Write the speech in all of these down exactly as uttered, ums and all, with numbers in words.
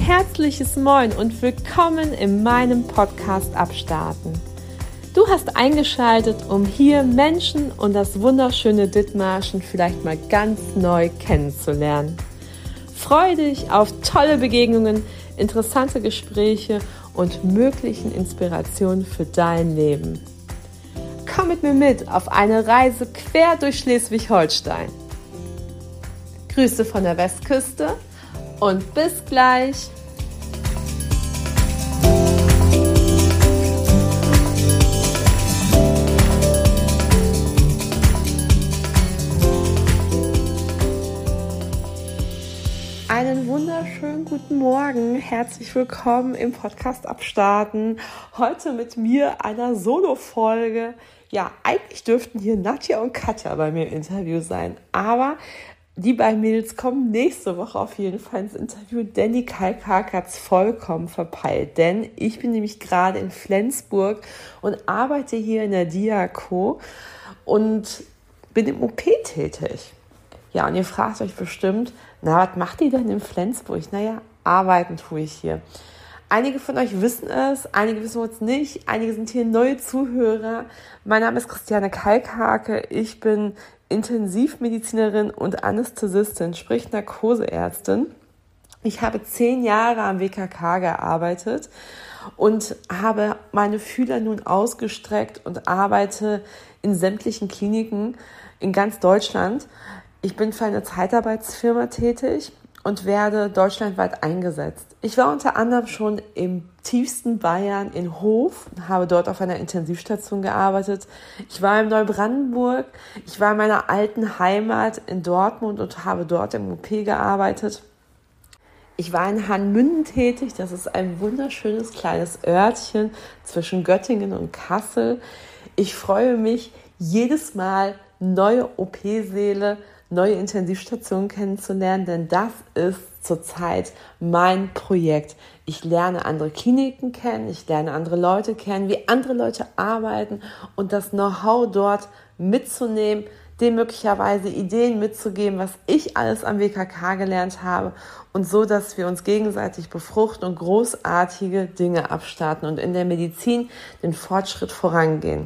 herzliches Moin und willkommen in meinem Podcast Abstarten. Du hast eingeschaltet, um hier Menschen und das wunderschöne Dithmarschen vielleicht mal ganz neu kennenzulernen. Freue dich auf tolle Begegnungen, interessante Gespräche und möglichen Inspirationen für dein Leben. Komm mit mir mit auf eine Reise quer durch Schleswig-Holstein. Grüße von der Westküste und bis gleich. Einen wunderschönen guten Morgen, herzlich willkommen im Podcast Abstarten. Heute mit mir einer Solo-Folge. Ja, eigentlich dürften hier Nadja und Katja bei mir im Interview sein, aber die beiden Mädels kommen nächste Woche auf jeden Fall ins Interview, denn die Kalkhake hat es vollkommen verpeilt. Denn ich bin nämlich gerade in Flensburg und arbeite hier in der Diako und bin im O P tätig. Ja, und ihr fragt euch bestimmt, na, was macht die denn in Flensburg? Naja, arbeiten tue ich hier. Einige von euch wissen es, einige wissen es nicht, einige sind hier neue Zuhörer. Mein Name ist Christiane Kalkhake, ich bin Intensivmedizinerin und Anästhesistin, sprich Narkoseärztin. Ich habe zehn Jahre am W K K gearbeitet und habe meine Fühler nun ausgestreckt und arbeite in sämtlichen Kliniken in ganz Deutschland. Ich bin für eine Zeitarbeitsfirma tätig und werde deutschlandweit eingesetzt. Ich war unter anderem schon im tiefsten Bayern in Hof und habe dort auf einer Intensivstation gearbeitet. Ich war in Neubrandenburg, ich war in meiner alten Heimat in Dortmund und habe dort im O P gearbeitet. Ich war in Hanmünden tätig, das ist ein wunderschönes kleines Örtchen zwischen Göttingen und Kassel. Ich freue mich jedes Mal, neue O P-Säle, neue Intensivstationen kennenzulernen, denn das ist zurzeit mein Projekt. Ich lerne andere Kliniken kennen, ich lerne andere Leute kennen, wie andere Leute arbeiten und das Know-how dort mitzunehmen, denen möglicherweise Ideen mitzugeben, was ich alles am W K K gelernt habe und so, dass wir uns gegenseitig befruchten und großartige Dinge abstarten und in der Medizin den Fortschritt vorangehen.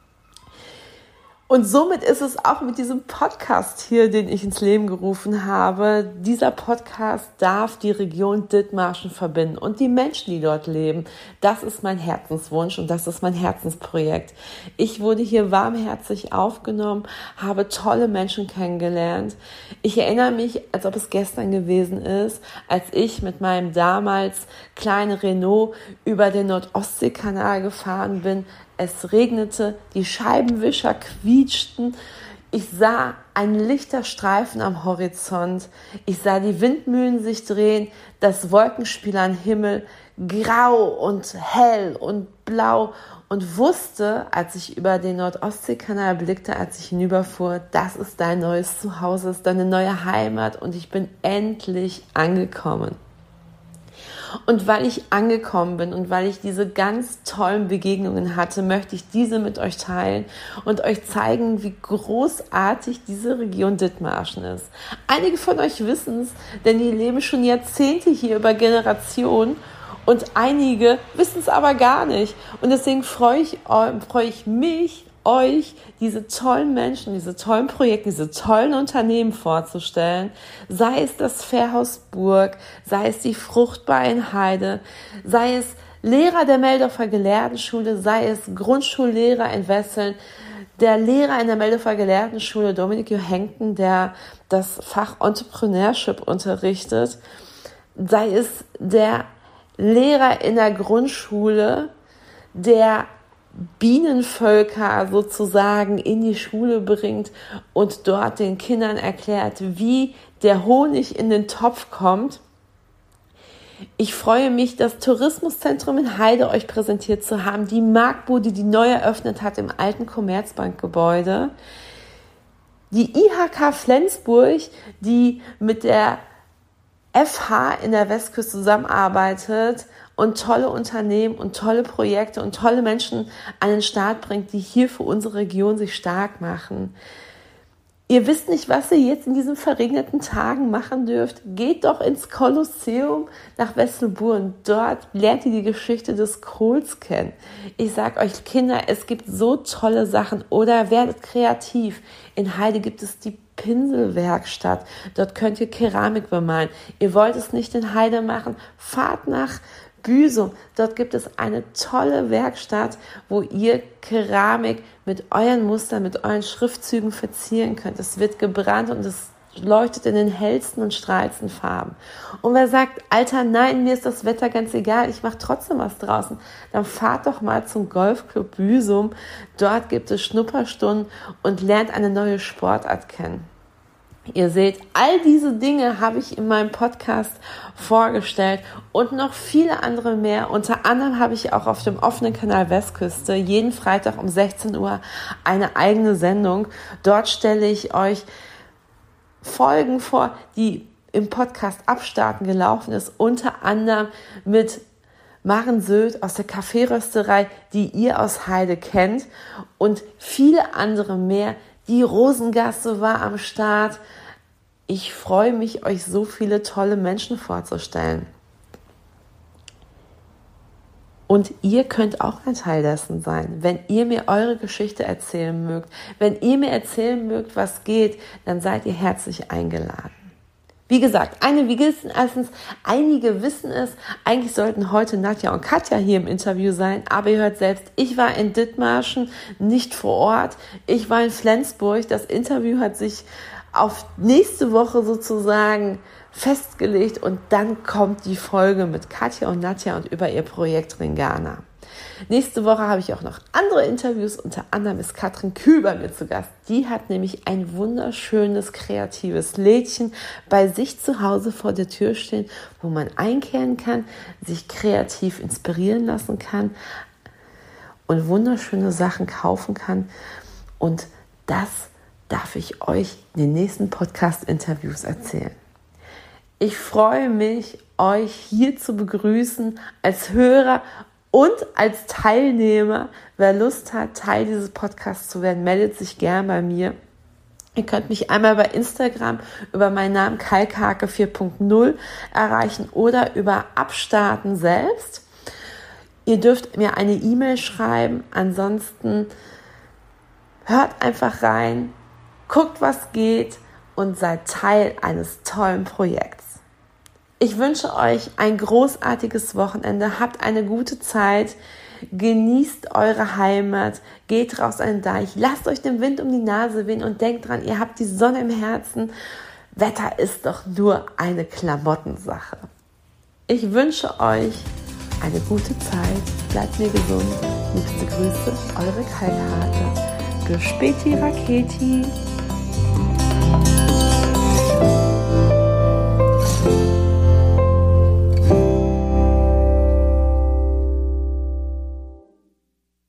Und somit ist es auch mit diesem Podcast hier, den ich ins Leben gerufen habe. Dieser Podcast darf die Region Dithmarschen verbinden und die Menschen, die dort leben. Das ist mein Herzenswunsch und das ist mein Herzensprojekt. Ich wurde hier warmherzig aufgenommen, habe tolle Menschen kennengelernt. Ich erinnere mich, als ob es gestern gewesen ist, als ich mit meinem damals kleinen Renault über den Nordostseekanal gefahren bin. Es regnete, die Scheibenwischer quietschten, ich sah einen Lichterstreifen am Horizont, ich sah die Windmühlen sich drehen, das Wolkenspiel am Himmel, grau und hell und blau und wusste, als ich über den Nordostseekanal blickte, als ich hinüberfuhr, das ist dein neues Zuhause, das ist deine neue Heimat und ich bin endlich angekommen. Und weil ich angekommen bin und weil ich diese ganz tollen Begegnungen hatte, möchte ich diese mit euch teilen und euch zeigen, wie großartig diese Region Dithmarschen ist. Einige von euch wissen es, denn die leben schon Jahrzehnte hier über Generationen und einige wissen es aber gar nicht. Und deswegen freue ich, freue ich mich, euch diese tollen Menschen, diese tollen Projekte, diese tollen Unternehmen vorzustellen, sei es das Fährhaus Burg, sei es die Fruchtbar in Heide, sei es Lehrer der Meldorfer Gelehrtenschule, sei es Grundschullehrer in Wesseln, der Lehrer in der Meldorfer Gelehrtenschule Dominik Johenken, der das Fach Entrepreneurship unterrichtet, sei es der Lehrer in der Grundschule, der Bienenvölker sozusagen in die Schule bringt und dort den Kindern erklärt, wie der Honig in den Topf kommt. Ich freue mich, das Tourismuszentrum in Heide euch präsentiert zu haben, die Marktbude, die neu eröffnet hat im alten Commerzbankgebäude, die I H K Flensburg, die mit der F H in der Westküste zusammenarbeitet und tolle Unternehmen und tolle Projekte und tolle Menschen an den Start bringt, die hier für unsere Region sich stark machen. Ihr wisst nicht, was ihr jetzt in diesen verregneten Tagen machen dürft. Geht doch ins Kolosseum nach Wesselburg. Dort lernt ihr die Geschichte des Kohls kennen. Ich sag euch, Kinder, es gibt so tolle Sachen. Oder werdet kreativ. In Heide gibt es die Pinselwerkstatt. Dort könnt ihr Keramik bemalen. Ihr wollt es nicht in Heide machen? Fahrt nach Büsum. Dort gibt es eine tolle Werkstatt, wo ihr Keramik mit euren Mustern, mit euren Schriftzügen verzieren könnt. Es wird gebrannt und es leuchtet in den hellsten und strahlendsten Farben. Und wer sagt, Alter, nein, mir ist das Wetter ganz egal, ich mache trotzdem was draußen, dann fahrt doch mal zum Golfclub Büsum. Dort gibt es Schnupperstunden und lernt eine neue Sportart kennen. Ihr seht, all diese Dinge habe ich in meinem Podcast vorgestellt und noch viele andere mehr. Unter anderem habe ich auch auf dem offenen Kanal Westküste jeden Freitag um sechzehn Uhr eine eigene Sendung. Dort stelle ich euch Folgen vor, die im Podcast Abstarten gelaufen ist, unter anderem mit Maren Söth aus der Kaffeerösterei, die ihr aus Heide kennt, und viele andere mehr. Die Rosengasse war am Start. Ich freue mich, euch so viele tolle Menschen vorzustellen. Und ihr könnt auch ein Teil dessen sein. Wenn ihr mir eure Geschichte erzählen mögt, wenn ihr mir erzählen mögt, was geht, dann seid ihr herzlich eingeladen. Wie gesagt, eine, wie wissen, erstens, einige wissen es, eigentlich sollten heute Nadja und Katja hier im Interview sein, aber ihr hört selbst, ich war in Dithmarschen, nicht vor Ort, ich war in Flensburg, das Interview hat sich auf nächste Woche sozusagen festgelegt und dann kommt die Folge mit Katja und Nadja und über ihr Projekt Ringana. Nächste Woche habe ich auch noch andere Interviews, unter anderem ist Katrin Kühl bei mir zu Gast. Die hat nämlich ein wunderschönes, kreatives Lädchen bei sich zu Hause vor der Tür stehen, wo man einkehren kann, sich kreativ inspirieren lassen kann und wunderschöne Sachen kaufen kann. Und das darf ich euch in den nächsten Podcast-Interviews erzählen. Ich freue mich, euch hier zu begrüßen als Hörer und als Teilnehmer. Wer Lust hat, Teil dieses Podcasts zu werden, meldet sich gern bei mir. Ihr könnt mich einmal bei Instagram über meinen Namen kalkhake vier punkt null erreichen oder über Abstarten selbst. Ihr dürft mir eine E-Mail schreiben. Ansonsten hört einfach rein, guckt, was geht und seid Teil eines tollen Projekts. Ich wünsche euch ein großartiges Wochenende, habt eine gute Zeit, genießt eure Heimat, geht raus an den Deich, lasst euch den Wind um die Nase wehen und denkt dran, ihr habt die Sonne im Herzen. Wetter ist doch nur eine Klamottensache. Ich wünsche euch eine gute Zeit, bleibt mir gesund, liebste Grüße, eure Kalkhake. Gespeti Raketi.